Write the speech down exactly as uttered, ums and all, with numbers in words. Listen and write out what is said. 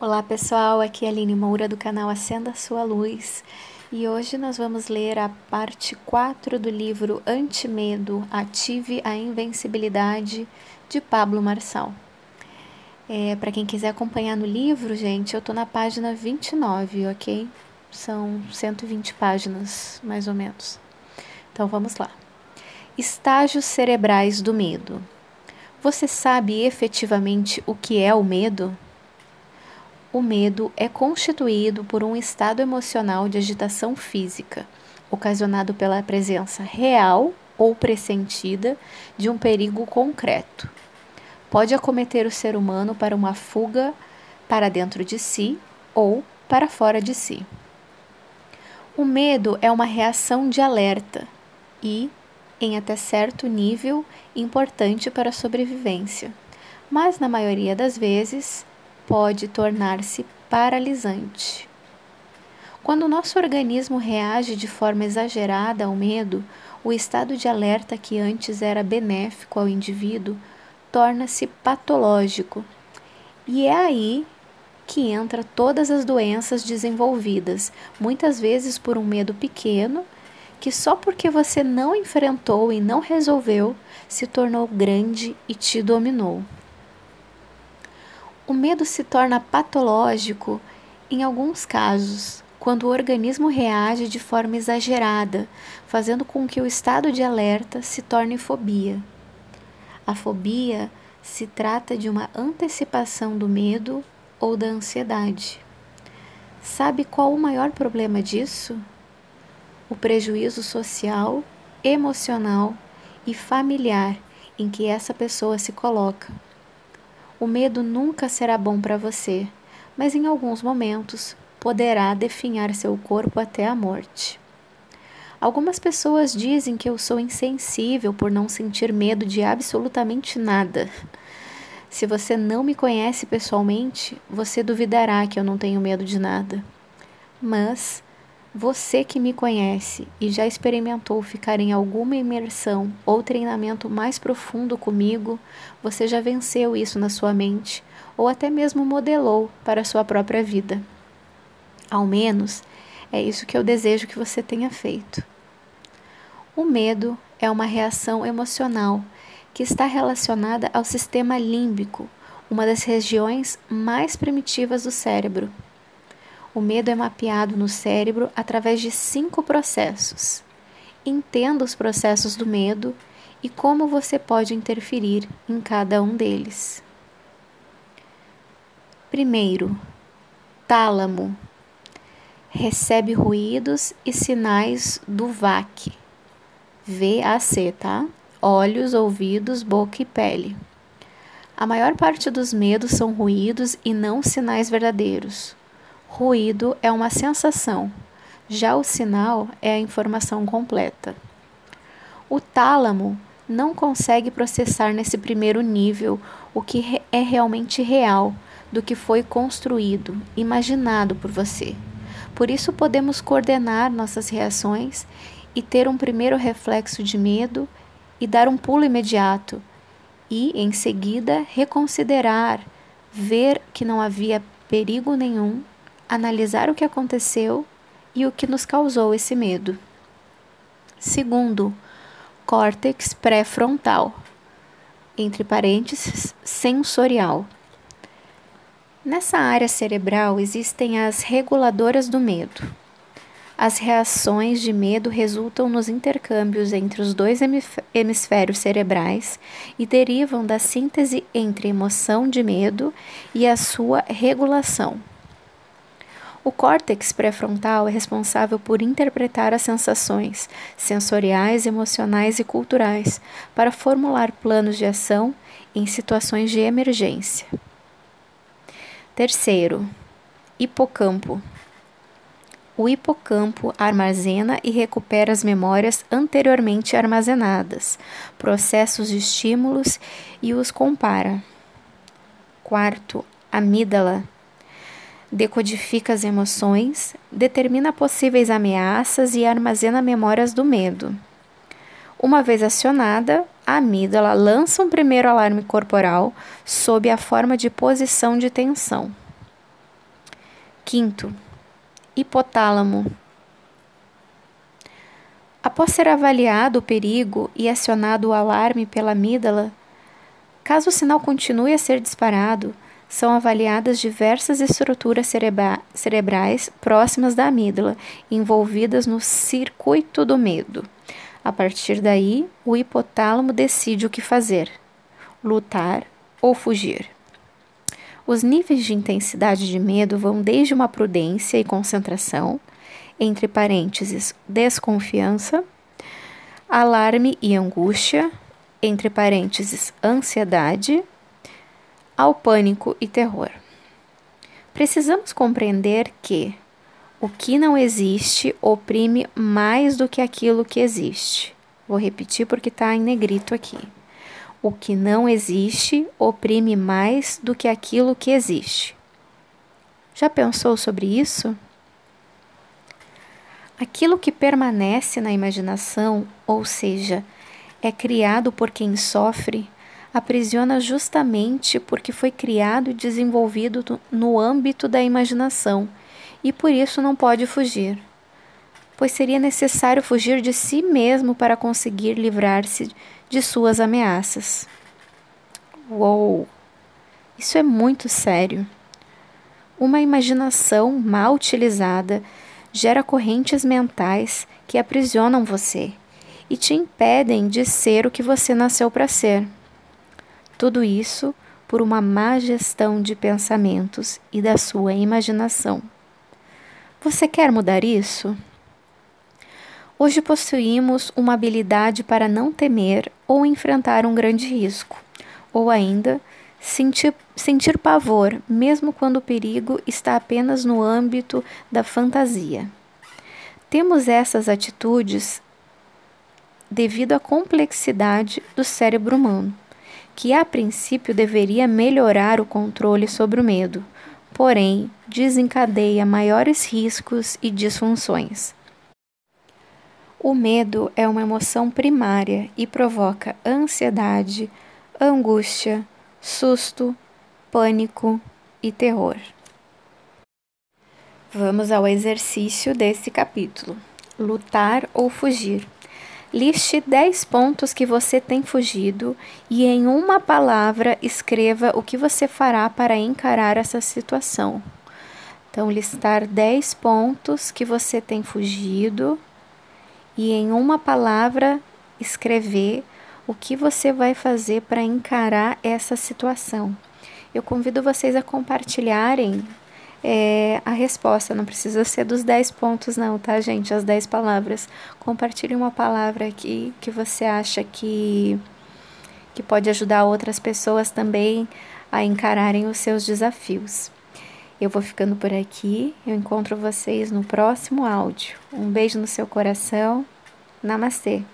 Olá pessoal, aqui é a Aline Moura do canal Acenda a Sua Luz e hoje nós vamos ler a parte quatro do livro Antimedo, Ative a Invencibilidade, de Pablo Marçal. É, para quem quiser acompanhar no livro, gente, eu tô na página vinte e nove, ok? São cento e vinte páginas, mais ou menos. Então vamos lá. Estágios cerebrais do medo. Você sabe efetivamente o que é o medo? O medo é constituído por um estado emocional de agitação física, ocasionado pela presença real ou pressentida de um perigo concreto. Pode acometer o ser humano para uma fuga para dentro de si ou para fora de si. O medo é uma reação de alerta e, em até certo nível, importante para a sobrevivência, mas na maioria das vezes pode tornar-se paralisante. Quando o nosso organismo reage de forma exagerada ao medo, o estado de alerta que antes era benéfico ao indivíduo torna-se patológico. E é aí que entra todas as doenças desenvolvidas, muitas vezes por um medo pequeno, que só porque você não enfrentou e não resolveu, se tornou grande e te dominou. O medo se torna patológico em alguns casos, quando o organismo reage de forma exagerada, fazendo com que o estado de alerta se torne fobia. A fobia se trata de uma antecipação do medo ou da ansiedade. Sabe qual o maior problema disso? O prejuízo social, emocional e familiar em que essa pessoa se coloca. O medo nunca será bom para você, mas em alguns momentos poderá definhar seu corpo até a morte. Algumas pessoas dizem que eu sou insensível por não sentir medo de absolutamente nada. Se você não me conhece pessoalmente, você duvidará que eu não tenho medo de nada. Mas você que me conhece e já experimentou ficar em alguma imersão ou treinamento mais profundo comigo, você já venceu isso na sua mente ou até mesmo modelou para a sua própria vida. Ao menos, é isso que eu desejo que você tenha feito. O medo é uma reação emocional que está relacionada ao sistema límbico, uma das regiões mais primitivas do cérebro. O medo é mapeado no cérebro através de cinco processos. Entenda os processos do medo e como você pode interferir em cada um deles. Primeiro, tálamo. Recebe ruídos e sinais do V A C. V A C, tá? Olhos, ouvidos, boca e pele. A maior parte dos medos são ruídos e não sinais verdadeiros. Ruído é uma sensação, já o sinal é a informação completa. O tálamo não consegue processar nesse primeiro nível o que é realmente real, do que foi construído, imaginado por você. Por isso podemos coordenar nossas reações e ter um primeiro reflexo de medo e dar um pulo imediato e, em seguida, reconsiderar, ver que não havia perigo nenhum, analisar o que aconteceu e o que nos causou esse medo. Segundo, córtex pré-frontal, entre parênteses, sensorial. Nessa área cerebral existem as reguladoras do medo. As reações de medo resultam nos intercâmbios entre os dois hemisférios cerebrais e derivam da síntese entre emoção de medo e a sua regulação. O córtex pré-frontal é responsável por interpretar as sensações sensoriais, emocionais e culturais para formular planos de ação em situações de emergência. Terceiro, hipocampo. O hipocampo armazena e recupera as memórias anteriormente armazenadas, processos de estímulos e os compara. Quarto, amígdala. Decodifica as emoções, determina possíveis ameaças e armazena memórias do medo. Uma vez acionada, a amígdala lança um primeiro alarme corporal sob a forma de posição de tensão. Quinto, hipotálamo. Após ser avaliado o perigo e acionado o alarme pela amígdala, caso o sinal continue a ser disparado, são avaliadas diversas estruturas cerebra- cerebrais próximas da amígdala, envolvidas no circuito do medo. A partir daí, o hipotálamo decide o que fazer: lutar ou fugir. Os níveis de intensidade de medo vão desde uma prudência e concentração, entre parênteses, desconfiança, alarme e angústia, entre parênteses, ansiedade, ao pânico e terror. Precisamos compreender que o que não existe oprime mais do que aquilo que existe. Vou repetir porque está em negrito aqui. O que não existe oprime mais do que aquilo que existe. Já pensou sobre isso? Aquilo que permanece na imaginação, ou seja, é criado por quem sofre, aprisiona justamente porque foi criado e desenvolvido no âmbito da imaginação e por isso não pode fugir, pois seria necessário fugir de si mesmo para conseguir livrar-se de suas ameaças. Uou! Isso é muito sério. Uma imaginação mal utilizada gera correntes mentais que aprisionam você e te impedem de ser o que você nasceu para ser. Tudo isso por uma má gestão de pensamentos e da sua imaginação. Você quer mudar isso? Hoje possuímos uma habilidade para não temer ou enfrentar um grande risco, ou ainda sentir, sentir pavor, mesmo quando o perigo está apenas no âmbito da fantasia. Temos essas atitudes devido à complexidade do cérebro humano, que a princípio deveria melhorar o controle sobre o medo, porém desencadeia maiores riscos e disfunções. O medo é uma emoção primária e provoca ansiedade, angústia, susto, pânico e terror. Vamos ao exercício desse capítulo. Lutar ou fugir. Liste dez pontos que você tem fugido e em uma palavra escreva o que você fará para encarar essa situação. Então, listar dez pontos que você tem fugido e em uma palavra escrever o que você vai fazer para encarar essa situação. Eu convido vocês a compartilharem é, a resposta, não precisa ser dos dez pontos não, tá, gente? As dez palavras. Compartilhe uma palavra aqui que você acha que, que pode ajudar outras pessoas também a encararem os seus desafios. Eu vou ficando por aqui, eu encontro vocês no próximo áudio. Um beijo no seu coração. Namastê!